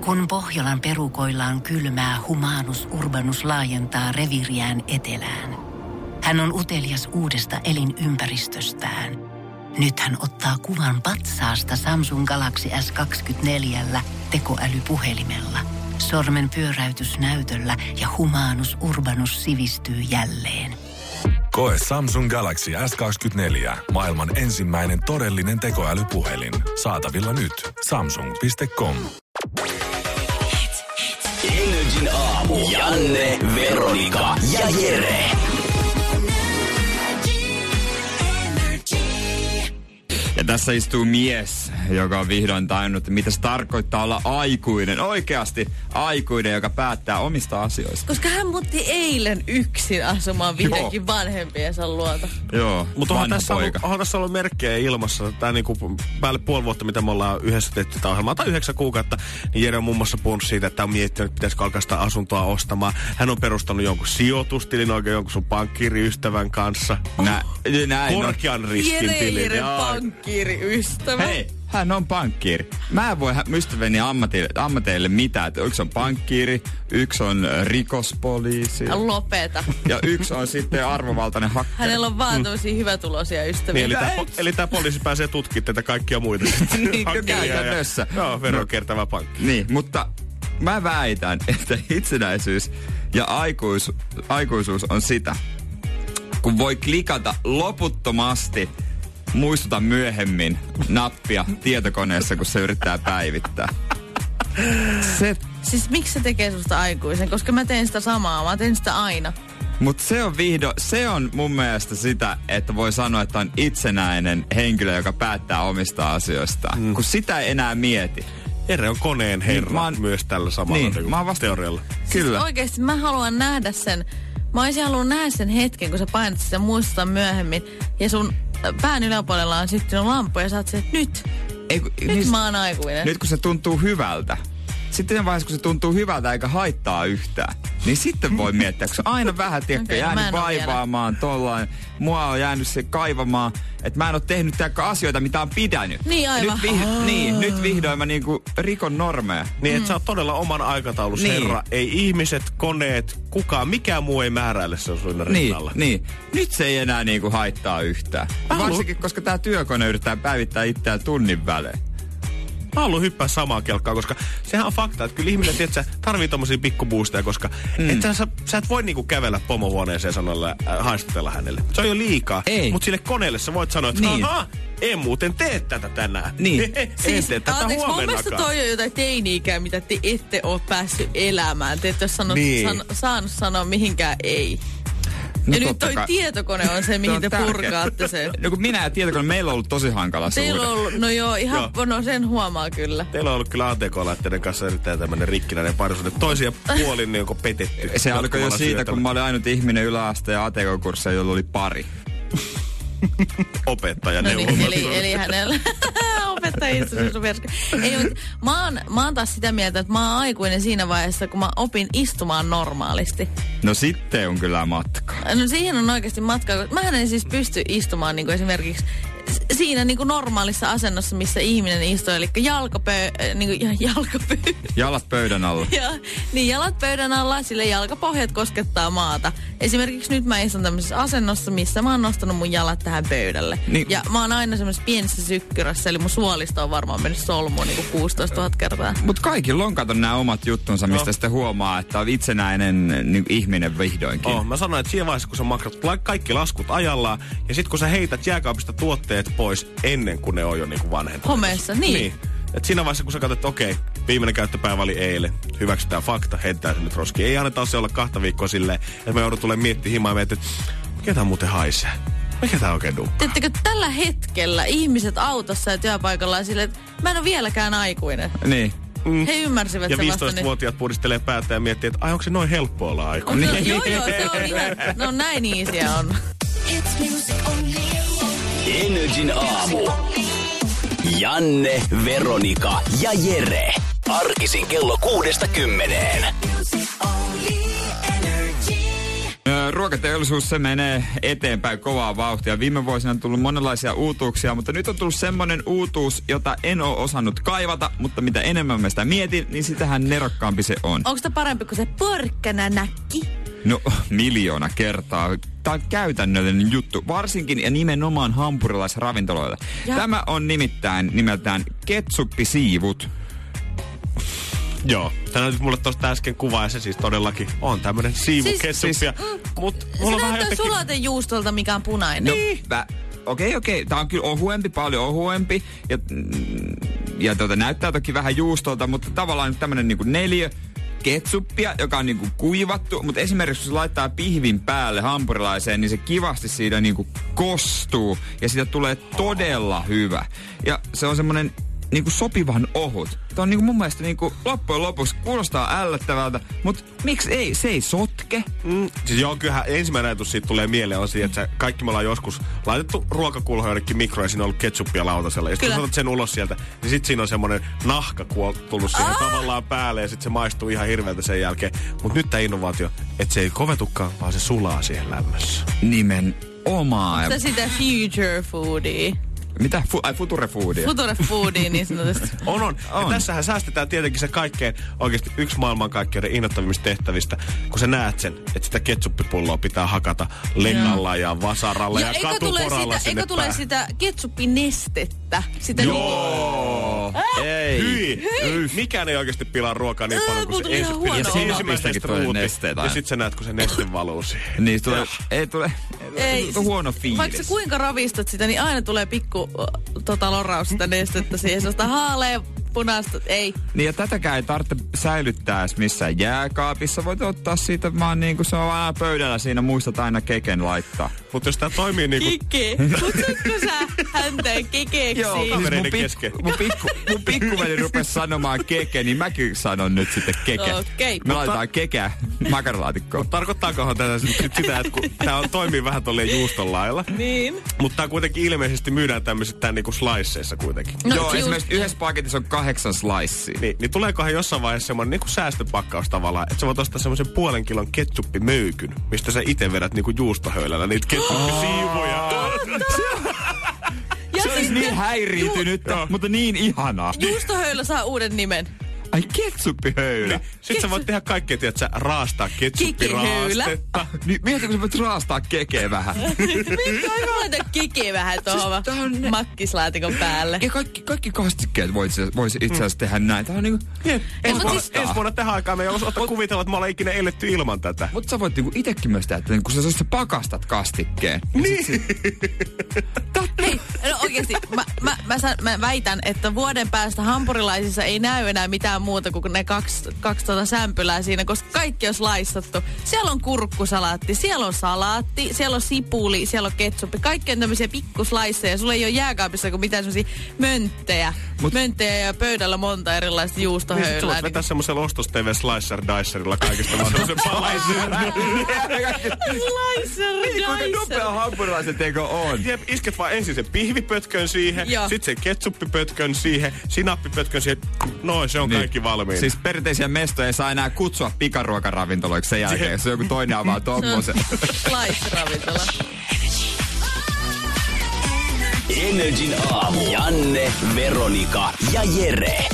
Kun Pohjolan perukoillaan kylmää, Humanus Urbanus laajentaa reviiriään etelään. Hän on utelias uudesta elinympäristöstään. Nyt hän ottaa kuvan patsaasta Samsung Galaxy S24 tekoälypuhelimella. Sormen pyöräytys näytöllä ja Humanus Urbanus sivistyy jälleen. Koe Samsung Galaxy S24. Maailman ensimmäinen todellinen tekoälypuhelin. Saatavilla nyt. Samsung.com. NRJ:n aamu. Janne, Veronika ja Jere. Ja tässä istuu mies, joka on vihdoin tajunnut, mitä se tarkoittaa olla aikuinen. Oikeasti aikuinen, joka päättää omista asioista. Koska hän muutti eilen yksin asumaan vihdoinkin vanhempiensa luota. Joo, mutta onhan tässä ollut merkkejä ilmassa. Tämä niinku päälle puoli vuotta, mitä me ollaan yhdessä tehty tätä ohjelmaa, tai 9 kuukautta, niin Jere on muun muassa puhunut siitä, että on miettinyt, että pitäisikö alkaa sitä asuntoa ostamaan. Hän on perustanut jonkun sijoitustilin, oikein jonkun sun pankkiriystävän kanssa. Korkean riskin tilin. Pankkiiriystävä. Hei, hän on pankkiiri. Mä en voi ystäväni ammateille mitään. Että yksi on pankkiiri, yksi on rikospoliisi. Lopeta. Ja yksi on sitten arvovaltainen hakkeri. Hänellä on vaan tosi hyvätuloisia ystäviä. Niin, eli tämä poliisi pääsee tutkimaan tätä kaikkia muita. Niin, käytännössä. Joo, veronkiertävä pankki. Niin, mutta mä väitän, että itsenäisyys ja aikuisuus on sitä, kun voi klikata loputtomasti muistuta myöhemmin nappia tietokoneessa, kun se yrittää päivittää. Siis miksi se tekee susta aikuisen? Koska mä teen sitä samaa, mä teen sitä aina. Mutta se on mun mielestä sitä, että voi sanoa, että on itsenäinen henkilö, joka päättää omista asioistaan. Kun sitä ei enää mieti. Jere on koneen herra myös tällä samalla teorialla. Kyllä. Siis oikeesti mä haluan nähdä sen. Mä olisin halunnut nähdä sen hetken, kun sä painat sitä muistuta myöhemmin. Ja sun pään yläpuolella on syttynyt lampu ja sä oot se, että nyt mä oon aikuinen. Nyt kun se tuntuu hyvältä. Sitten vaiheessa, kun se tuntuu hyvältä eikä haittaa yhtään, niin sitten voi miettiä, kun se aina vähän, jäänyt vaivaamaan tollain. Mua on jäänyt se kaivamaan, että mä en ole tehnyt asioita, mitä on pidänyt. Niin aivan. Nyt vihdoin mä niinku rikon normeja. Niin, että sä oot todella oman aikataulus herra. Ei ihmiset, koneet, kukaan, mikään muu ei määräile sen sun rinnalla. Niin. Nyt se ei enää niinku haittaa yhtään. Varsinkin, koska tää työkone yrittää päivittää itseään tunnin välein. Mä haluan hyppää samaa kelkkaa, koska sehän on fakta, että kyllä ihminen, tiedätkö, tarvii tommosia pikkubuusteja, koska sä et voi niinku kävellä pomohuoneeseen sanoilla haistatella hänelle. Se on jo liikaa. Mutta sille koneelle sä voit sanoa, että en muuten tee tätä tänään. Niin. Siis, tee tätä huomennakaan. Mun mielestä toi on jotain teini-ikää, mitä te ette ole päässyt elämään. Te ette ole saanut sanoa mihinkään ei. Ja nyt toi tietokone on se, mihin te purkaatte sen. No kun minä ja tietokone, meillä on ollut tosi hankala suhde. Teillä on ollut, no sen huomaa kyllä. Teillä on ollut kyllä ATK-laitteiden kanssa erittäin tämmönen rikkinäinen parisuhde. Toisia puolin niin onko petetty. Se alkoi jo siitä, kun mä olin ainut ihminen yläasteen ATK-kursseja, jolla oli pari. Opettaja eli hänellä opettajista se superska. Ei, mutta mä oon taas sitä mieltä, että mä oon aikuinen siinä vaiheessa, kun mä opin istumaan normaalisti. No sitten on kyllä matka. No siihen on oikeasti matkaa. Mähän en siis pysty istumaan niin kuin esimerkiksi siinä niin kuin normaalissa asennossa, missä ihminen istuu, eli jalat pöydän alla. Niin, jalat pöydän alla, sille jalkapohjat koskettaa maata. Esimerkiksi nyt mä istun tämmöisessä asennossa, missä mä oon nostanut mun jalat tähän pöydälle. Niin. Ja mä oon aina semmoisessa pienessä sykkyrässä, eli mun suolisto on varmaan mennyt solmuun niin kuin 16 000 kertaa. Mut kaikilla on kato nämä omat juttunsa, mistä sitten huomaa, että on itsenäinen niin ihminen vihdoinkin. Mä sanoin, että siinä vaiheessa, kun sä maksat kaikki laskut ajallaan, ja sit kun sä heität jääkaapista tuotteet pois ennen kuin ne on jo niinku vanhentuneet. Homeessa, niin. Et siinä vaiheessa, kun sä katsot, että okei, viimeinen käyttöpäivä oli eilen, hyväksytään fakta, heitetään se nyt roskiin. Ei anneta se olla 2 viikkoa silleen, että me joudun tulemaan miettimään himaa ja että mikä tää muuten haisee? Mikä tää oikein dunkkaa? Tiedättekö, tällä hetkellä ihmiset autossa ja työpaikalla on silleen, että mä en ole vieläkään aikuinen. Niin. He ymmärsivät ja sen vasta. Ja 15-vuotiaat pudistelee päätä ja miettii, että onko se noin helppoa olla aikuinen? Joo, se on ihan, no näin easyä on. NRJ:n aamu. Janne, Veronika ja Jere. Arkisin kello 6-10. ruokateollisuus se menee eteenpäin kovaa vauhtia. Viime vuosina on tullut monenlaisia uutuuksia, mutta nyt on tullut semmonen uutuus, jota en ole osannut kaivata, mutta mitä enemmän mä sitä mietin, niin sitähän nerokkaampi se on. Onko sitä parempi kuin se porkkananäkki? No, 1,000,000 kertaa. Tämä on käytännöllinen juttu, varsinkin ja nimenomaan hampurilaisravintoloilla. Tämä on nimeltään ketsuppisiivut. Joo, tänään nyt mulle tosta äsken kuva ja se siis todellakin on tämmönen siivuketsuppia. Mut mulla se on vähän näyttää sulatejuustolta, mikä on punainen. Niin. Okei. Tää on kyllä ohuempi, paljon ohuempi. Ja näyttää toki vähän juustolta, mutta tavallaan tämmönen niinku 4 ketsuppia, joka on niinku kuivattu, mutta esimerkiksi kun se laittaa pihvin päälle hampurilaiseen, niin se kivasti siitä niinku kostuu ja siitä tulee todella hyvä. Ja se on semmonen niinku sopivan ohut. Tämä on niinku mun mielestä niinku loppujen lopuksi kuulostaa ällöttävältä, mutta miksi ei? Se ei sotke. Siis joo, kyllähän ensimmäinen ajatus siitä tulee mieleen on siitä, että kaikki me ollaan joskus laitettu ruokakulhoja jonnekin mikroon ja siinä on ollut ketsuppia lautasella. Ja sitten kun otat sen ulos sieltä, niin sitten siinä on semmonen nahka tullut siihen tavallaan päälle ja sitten se maistuu ihan hirveältä sen jälkeen. Mutta nyt tämä innovaatio, että se ei kovetukaan, vaan se sulaa siihen lämmössä. Nimenomaan. Sitä future foodia. Mitä? Future foodia. Future foodia niin sanotusti. On. Ja tässähän säästetään tietenkin se kaikkein oikeasti yksi maailmankaikkeuden innoittavimmista tehtävistä, kun sä näet sen, että sitä ketsuppipulloa pitää hakata lengalla ja vasaralla ja katuporalla sinne eikö tule sitä ketsuppinestettä? Sitä Joo. Ei. Hyi. Mikään ei oikeasti pilaa ruokaa niin paljon kuin se ensimmäisestä ruuti. Ja sit sä näet, kun se neste valuu siihen. Niin, ei tule huono fiilis. Vaikka sä kuinka ravistat sitä, niin aina tulee pikku loraus sitä nestettä siihen. Sellaista punaista, ei. Niin ja tätäkään ei tarvitse säilyttää edes missään jääkaapissa. Voit ottaa siitä vaan niinku se on aina pöydällä siinä, muistat aina keken laittaa. Mutta jos tää toimii niinku... Keke! Kutsutko sä hänteen kekeksi? Joo, kavereiden kesken. Mun pikkuveli rupesi sanomaan keke, niin mäkin sanon nyt sitten keke. Okei. Me laitetaan kekeä makaronilaatikkoon. Mutta tarkoittaakohan tätä sitä, että kun tää toimii vähän tolleen juuston lailla. Niin. Mutta tää kuitenkin ilmeisesti myydään tämmöiset tän niinku sliceissa kuitenkin. No, joo, esimerkiksi yhdessä paketissa on 8 slicea. Niin tuleekohan jossain vaiheessa semmoinen niinku säästöpakkaus tavallaan, että sä voit ostaa semmoisen 0,5 kilon ketsuppimöykyn, mistä sä itse vedät niinku juustohöylällä niitä ketsuppisiivuja. Se olisi niin häiriintynyt, mutta niin ihanaa. Juustohöylä saa uuden nimen. Ai ketsuppihöylä. Niin. Sitten sä voit tehdä kaikkea, että sä raastaa ketsuppiraastetta. Niin mietitkö sä voit raastaa kekeä vähän? Mitä on laita kekeä vähän tuohon makkislaatikon päälle? Ja kaikki kastikkeet voisi itse asiassa tehdä näin. Tää on niinku... Ensi vuonna tähän aikaan me ei osata kuvitella, että me ollaan ikinä eletty ilman tätä. Mutta sä voit niinku itekin myös tehdä, että kun sä pakastat kastikkeen. Niin. Hei, no oikeesti, mä väitän, että vuoden päästä hampurilaisissa ei näy enää mitään muuta kuin ne kaksi sämpylää siinä, koska kaikki on sliceattu. Siellä on kurkkusalaatti, siellä on salaatti, siellä on sipuli, siellä on ketsuppi. Kaikki on tämmöisiä pikkusliceja. Sulla ei ole jääkaapissa kuin mitään semmosia mönttejä ja pöydällä monta erilaista juustohöylää. Niin sit sä vetää semmoisella Ostos TV Slicer Dicerilla kaikista vaan semmoisen palaisen. Slicer Dicer. Kuinka nopea hampurilaiset teko on? Isket vaan ensin sen pihvipötkön siihen, sit sen ketsuppipötkön siihen, sinappipötkön siihen. Noin, se on kaikki valmiina. Siis perinteisiä mestoja ei saa enää kutsua pikaruokaravintoloiksi sen jälkeen, jos joku toinen avaa tommosen. Slice-ravintola. Energin aamu. Janne, Veronika ja Jere.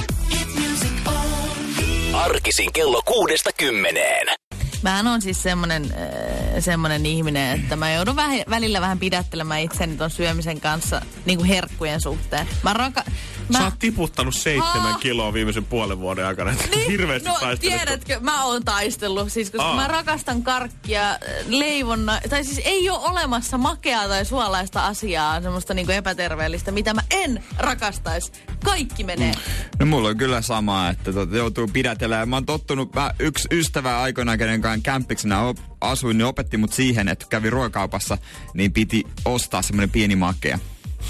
Arkisin kello 6-10. Mähän on siis semmonen ihminen, että mä joudun välillä vähän pidättelemään itseni ton syömisen kanssa niin kuin herkkujen suhteen. Sä oot tiputtanut 7 kiloa viimeisen puolen vuoden aikana. Niin, hirveästi taistelet. Tiedätkö, mä oon taistellut, siis koska mä rakastan karkkia, leivonna, tai siis ei ole olemassa makeaa tai suolaista asiaa, semmoista niinku epäterveellistä, mitä mä en rakastaisi. Kaikki menee. No mulla on kyllä sama, että joutuu pidätelemään. Mä oon tottunut, yksi ystävä aikoinaan, kenen kanssa kämppiksenä asuin, niin opetti mut siihen, että kävi ruokakaupassa, niin piti ostaa semmoinen pieni makea.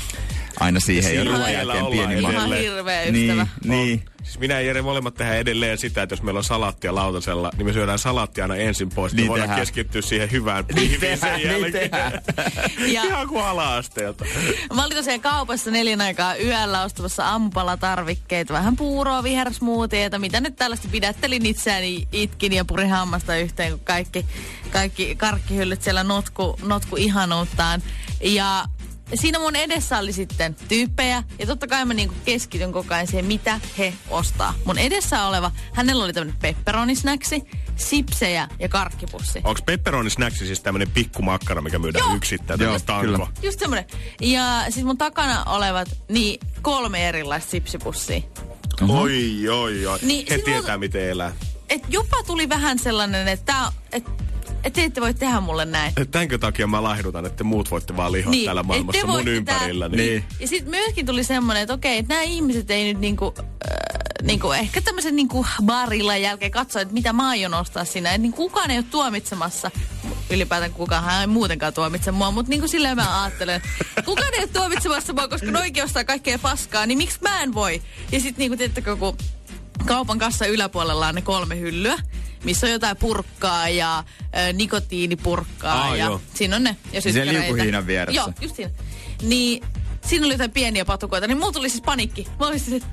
aina siihen ja ruoan siellä jälkeen ollaan pieni Ihan hirveä ystävä. Niin. Siis minä ja Jere molemmat tehdään edelleen sitä, että jos meillä on salaattia lautasella, niin me syödään salaattia aina ensin pois. Niin me voidaan keskittyä siihen hyvään piiviin sen jälkeen. Ja Ihan kuin ala-asteelta. mä olin tosiaan kaupassa 4 aikaa yöllä ostamassa aamupalatarvikkeita, vähän puuroa, vihersmoothieita, mitä nyt tällaista pidättelin itseäni, itkin ja purin hammasta yhteen, kun kaikki karkkihyllyt siellä notku ihanuuttaan. Ja siinä mun edessä oli sitten tyyppejä, ja totta kai mä niinku keskityn koko ajan siihen, mitä he ostaa. Mun edessä oleva, hänellä oli tämmönen pepperonisnäksi, sipsejä ja karkkipussi. Onks pepperonisnäksi siis tämmönen pikkumakkara, mikä myydään yksittäin? Joo, tanko. Just semmonen. Ja siis mun takana olevat, niin 3 erilaista sipsipussia. Oi. Niin, He sit tietää, miten elää. Et jopa tuli vähän sellainen, että te ette voi tehdä mulle näin. Tänkö takia mä laihdutan, että muut voitte vaan lihoa Niin, täällä maailmassa mun ympärillä. Niin. Ja sitten myöskin tuli semmoinen, että okei, että nämä ihmiset ei nyt niinku ehkä tämmöisen niinku barillan jälkeen katso, että mitä mä aion ostaa siinä. Että niin kukaan ei ole tuomitsemassa. Ylipäätään kukaan ei muutenkaan tuomitse mua, mutta niin kuin silleen mä ajattelen. Kukaan ei ole tuomitsemassa mua, koska noikin ostaa kaikkea paskaa, niin miksi mä en voi? Ja sitten niinku tiedättekö, kun kaupan kassa yläpuolella on ne 3 hyllyä, missä on jotain purkkaa ja nikotiinipurkkaa. Ja joo. siinä on ne. Ja Se liukuhiinan vieressä. Joo, just siinä. Niin siinä oli jotain pieniä patukoita, niin mulla tuli siis panikki. Mä olin siis, että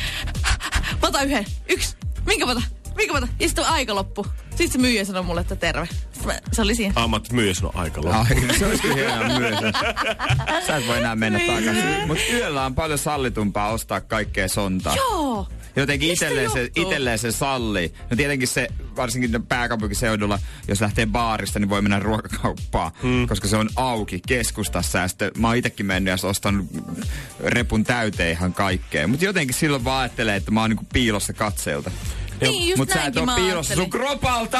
mä otan 1. Minkä mä otan? Ja sitten aika loppu. Sitten se myyjä sanoi mulle, että terve. Se oli siinä. Myyjä sanoi aika loppu. Se olisi kyllä hienoa myötä. Sä et voi enää mennä takaisin. Mutta yöllä on paljon sallitumpaa ostaa kaikkea sontaa. Joo. Jotenkin itselleen se sallii. No tietenkin se, varsinkin pääkaupunkiseudulla, jos lähtee baarista, niin voi mennä ruokakauppaan, koska se on auki keskustassa. Ja sitten mä oon itekin mennyt ja ostanut repun täyteen ihan kaikkea. Mutta jotenkin silloin vaan ajattelee, että mä oon niinku piilossa katseilta. Niin, just mutta sä et näinkin ole piilossa sun kropalta!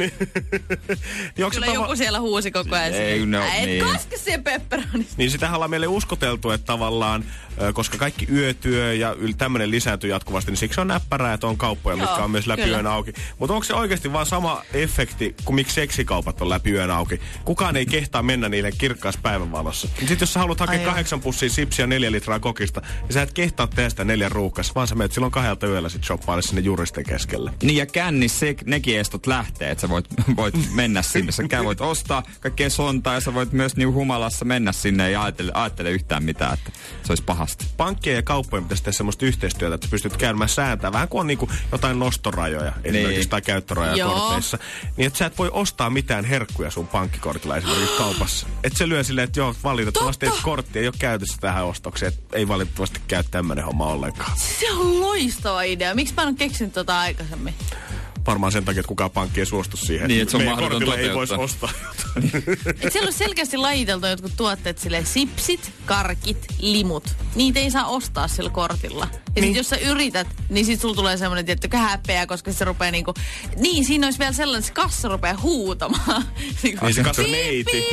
Kyllä joku siellä huusi koko ajan. Et koske siihen pepperonista. Niin sitähän ollaan meille uskoteltu, että tavallaan, koska kaikki yötyö ja tämmöinen lisääntyy jatkuvasti, niin siksi on näppärää, että on kauppoja, mitkä on myös läpi yön auki. Mutta onko se oikeasti vaan sama efekti, kuin miksi seksikaupat on läpi yön auki? Kukaan ei kehtaa mennä niille kirkkaassa päivänvalossa. Sitten jos sä haluat hakea 8 pussia sipsiä ja 4 litraa kokista, niin sä et kehtaa tehdä sitä 4 ruuhkassa, vaan sä menet silloin 2 yöllä sit shoppaille sinne juristen keskelle. Niin ja kännissä nekin estot lähtee, että sä voit mennä sinne. Sä voit ostaa kaikkea sontaa ja sä voit myös niin humalassa mennä sinne ja ajattele yhtään mitään, että se olisi pahasti. Pankkien ja kauppojen pitäisi tehdä semmoista yhteistyötä, että sä pystyt käymään sääntämään. Vähän kuin on niinku jotain nostorajoja esimerkiksi tai käyttörajoja korteissa. Niin että sä et voi ostaa mitään herkkuja sun pankkikortilla esimerkiksi kaupassa. Että se lyö silleen, että joo, valitettavasti kortti ei ole käytössä tähän ostokseen. Että ei valitettavasti käy tämmönen homma ollenkaan. Se on loistava idea. Miksi mä en ole keksinyt tota aikaisemmin? Varmaan sen takia, että kukaan pankki ei suostu siihen. Niin, että se on meidän kortilla ei voisi ostaa. Et siellä on selkeästi lajiteltu jotkut tuotteet silleen sipsit, karkit, limut. Niitä ei saa ostaa sillä kortilla. Ja sit jos sä yrität, niin sit sulla tulee semmonen tietty häpeä, koska se rupeaa niinku... Niin, siinä olisi vielä sellainen, että se kassa rupeaa huutamaan. Niin se kassa neiti.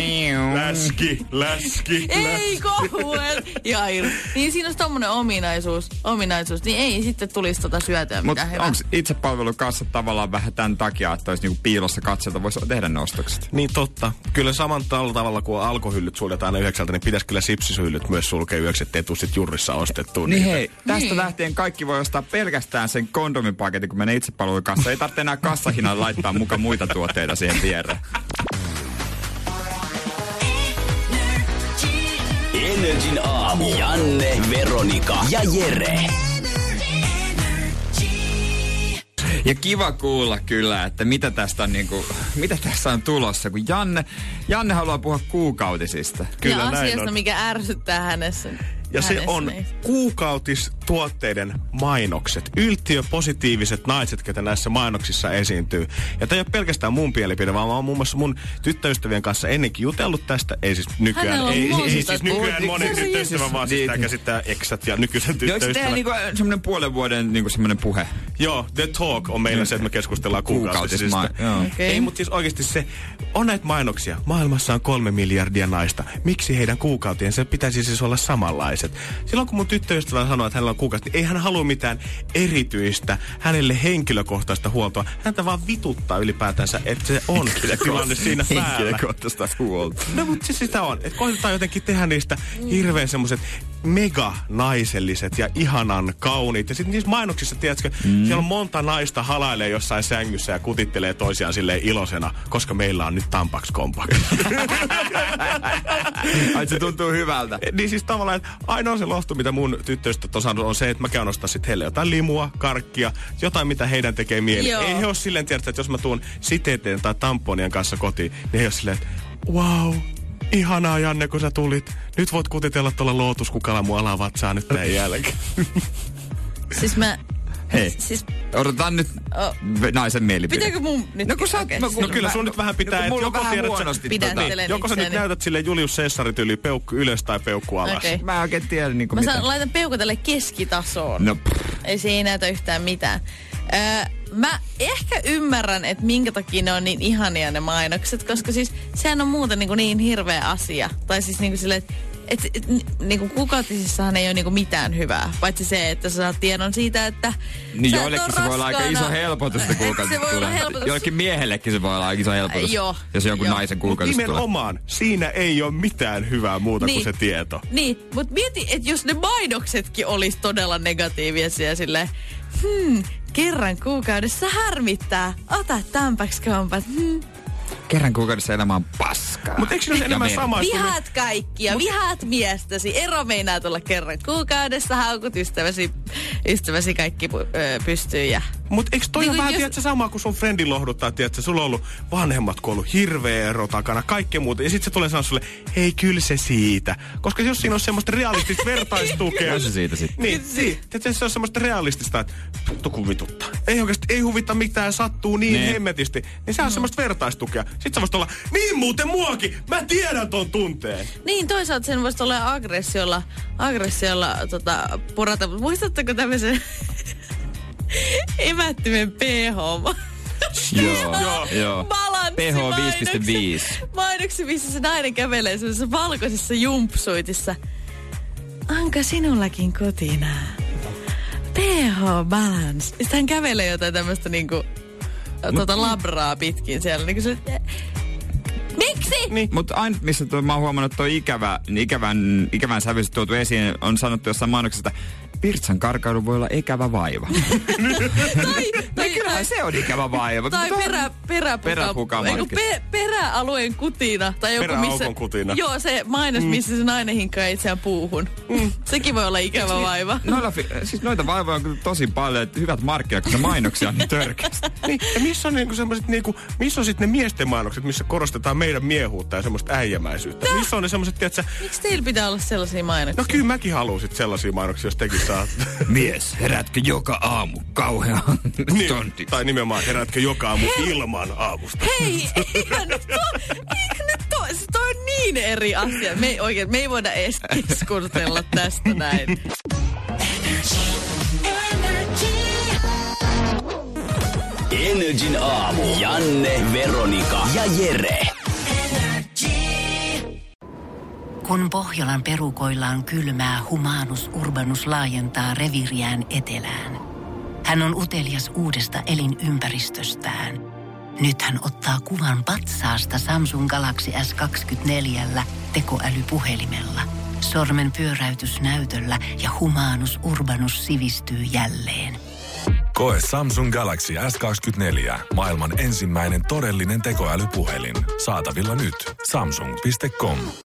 Läski. Ei kauhean. Niin siinä olisi tommonen ominaisuus. Niin ei sitten tulisi syötyä mitään hyvää. Onko itsepalvelukassa tavallaan vähän tämän takia, että olisi niinku piilossa katselta, voisi tehdä ne ostokset? Niin totta. Kyllä saman tavalla kuin alkohyllyt suljetaan aina 9, niin pitäisi kyllä sipsishyllyt myös sulkea 9, ettei tuu sit jurrissa ostettua. Niin hei, tästä lähtien kaikki voi ostaa pelkästään sen kondomipaketin, kun menee itsepalvelukassa. Ei tarvitse enää kassahinnan laittaa mukaan muita tuotteita siihen viereen. Energin aamu. Janne, Veronika ja Jere. Ja kiva kuulla kyllä, että mitä tässä on tulossa, kun Janne haluaa puhua kuukautisista. Kyllä ja näin asiasta, on. mikä ärsyttää hänessä. Ja se on kuukautistuotteiden mainokset. Yltiöpositiiviset naiset, ketä näissä mainoksissa esiintyy. Ja tämä ei ole pelkästään mun mielipide, vaan mä oon muun muassa mun tyttöystävien kanssa ennenkin jutellut tästä. Ei siis nykyään, nykyään monen tyttöystävän, vaan siis tää käsittää eksät ja nykyisen tyttöystävän. Onko tehdä niinku semmoinen puolen vuoden niinku semmoinen puhe? Joo, The Talk on meillä se, että me keskustellaan kuukautisista. Okay. Ei, mutta siis oikeasti se, on näitä mainoksia. Maailmassa on 3 miljardia naista. Miksi heidän kuukautiensa pitäisi siis olla samanlaiset? Silloin kun mun tyttöystävä sanoo, että hänellä on kuukausi, niin ei hän halua mitään erityistä, hänelle henkilökohtaista huoltoa. Häntä vaan vituttaa ylipäätänsä, että se on tilanne siinä päällä. Henkilökohtaista huolta. No, mutta se sitä on. Että koitetaan jotenkin tehdä niistä hirveän semmoiset mega naiselliset ja ihanan kauniit. Ja sitten niissä mainoksissa, tiedätkö, siellä on monta naista halailee jossain sängyssä ja kutittelee toisiaan silleen iloisena, koska meillä on nyt Tampax Compact. Ai se tuntuu hyvältä. Niin siis tavallaan, että ainoa se lohtu, mitä mun tyttöystävät on saanut, on se, että mä käyn ostaa sit heille jotain limua, karkkia, jotain, mitä heidän tekee mieli. Joo. Ei he ole silleen, tiedätkö, että jos mä tuun siteeteen tai tamponien kanssa kotiin, niin he ole silleen, että wow, ihanaa Janne, kun sä tulit. Nyt voit kutitella tuolla lootuskukalla mun alavatsaa nyt näin jälkeen. Siis mä... Hei, siis odotetaan nyt naisen mielipide. Pitääkö mun nyt... No, kun sä, no kyllä sun nyt vähän pitää, että joko tiedät joko sä nyt näytät sille Julius Caesar-tyyliin peukku ylös tai peukku alas. Okay. Mä en oikein tiedä niinku mitä. Mä laitan peukku tälle keskitasoon. No. Ei se ei näytä yhtään mitään. Mä ehkä ymmärrän, että minkä takia ne on niin ihania ne mainokset, koska siis sehän on muuten niin hirveä asia. Tai siis niinku silleen, että niinku kuukautisissahan ei ole niinku mitään hyvää, paitsi se, että sä saat tiedon siitä, että niin joillekin se voi olla aika iso helpotus, että kuukautisissa tulee. Jollekin miehellekin se voi olla aika iso helpotus, jos jonkun naisen kuukautisissa tulee. Nimenomaan, siinä ei ole mitään hyvää muuta kuin se tieto. Niin, mutta mieti, että jos ne mainoksetkin olisi todella negatiivisia silleen, kerran kuukaudessa harmittaa, ota Tampax Compact, Kerran kuukaudessa elämä on paskaa. Mutta eikö se ole enemmän sama? Vihaat kaikkia, vihaat miestäsi. Ero meinaa tulla kerran kuukaudessa, haukut ystäväsi kaikki pystyy ja... Mutta eikö toi niin, ole vähän, tiedätkö, sama kuin sun frendi lohduttaa, tiedätkö, sulla on ollut vanhemmat, kun on ollut hirveä ero takana, kaikkea muuta. Ja sit se tulee sanoa sulle, hei, kyllä se siitä. Koska jos siinä on semmoista realistista vertaistukea... Kyllä se siitä sitten. Niin. Tiedätkö, se on semmoista realistista, että vittu vituttaa. Ei oikeasti, ei huvittaa mitään, sattuu niin hemmetisti. Niin se on semmoista vertaistukea. Sitten sä voisit olla, niin muuten muakin, mä tiedän ton tunteen. Niin, toisaalta sen voisi olla aggressiolla porata. Muistatteko tämmöisen emättimen pH? Joo. pH 5.5. Mainoksi, missä se nainen kävelee semmoisessa valkoisessa jumpsuitissa. Onko sinullakin kotina? pH balance. Sitten hän kävelee jotain tämmöistä niinku... labraa pitkin siellä. Niin se, miksi? Niin. Mutta ainut, missä mä oon huomannut, että ikävän sävyisesti tuotu esiin, on sanottu jossain mainoksessa, että pirtsan karkailu voi olla ikävä vaiva. tai kyllähän se on ikävä vaiva. Tai peräalueen kutina. Tai joku, peräaukon kutina. Joo, se mainos, missä se nainen hinkkaa itseään puuhun. Sekin voi olla ikävä vaiva. Noita vaivoja on kyllä tosi paljon, että hyvät markkinat, kun se mainoksia on niin törkeästi. Niin, ja missä on missä on sitten ne miesten mainokset, missä korostetaan meidän miehuutta ja semmoista äijämäisyyttä? Missä on ne semmoiset, tiedätkö... Miksi teillä pitää olla sellaisia mainoksia? No kyllä mäkin haluan sit sellaisia mainoksia, jos tekin saat. Mies, herätkö joka aamu kauhean tontti? Tai nimenomaan, herätkö joka aamu ilman aamusta? Hei, eikä nyt toi on niin eri asia. Me ei voida edes keskustella tästä näin. Energin aamu. Janne, Veronika ja Jere. Kun Pohjolan perukoillaan kylmää, Humanus Urbanus laajentaa reviiriään etelään. Hän on utelias uudesta elinympäristöstään. Nyt hän ottaa kuvan patsaasta Samsung Galaxy S24 tekoälypuhelimella. Sormen pyöräytys näytöllä ja Humanus Urbanus sivistyy jälleen. Koe Samsung Galaxy S24. Maailman ensimmäinen todellinen tekoälypuhelin. Saatavilla nyt. Samsung.com.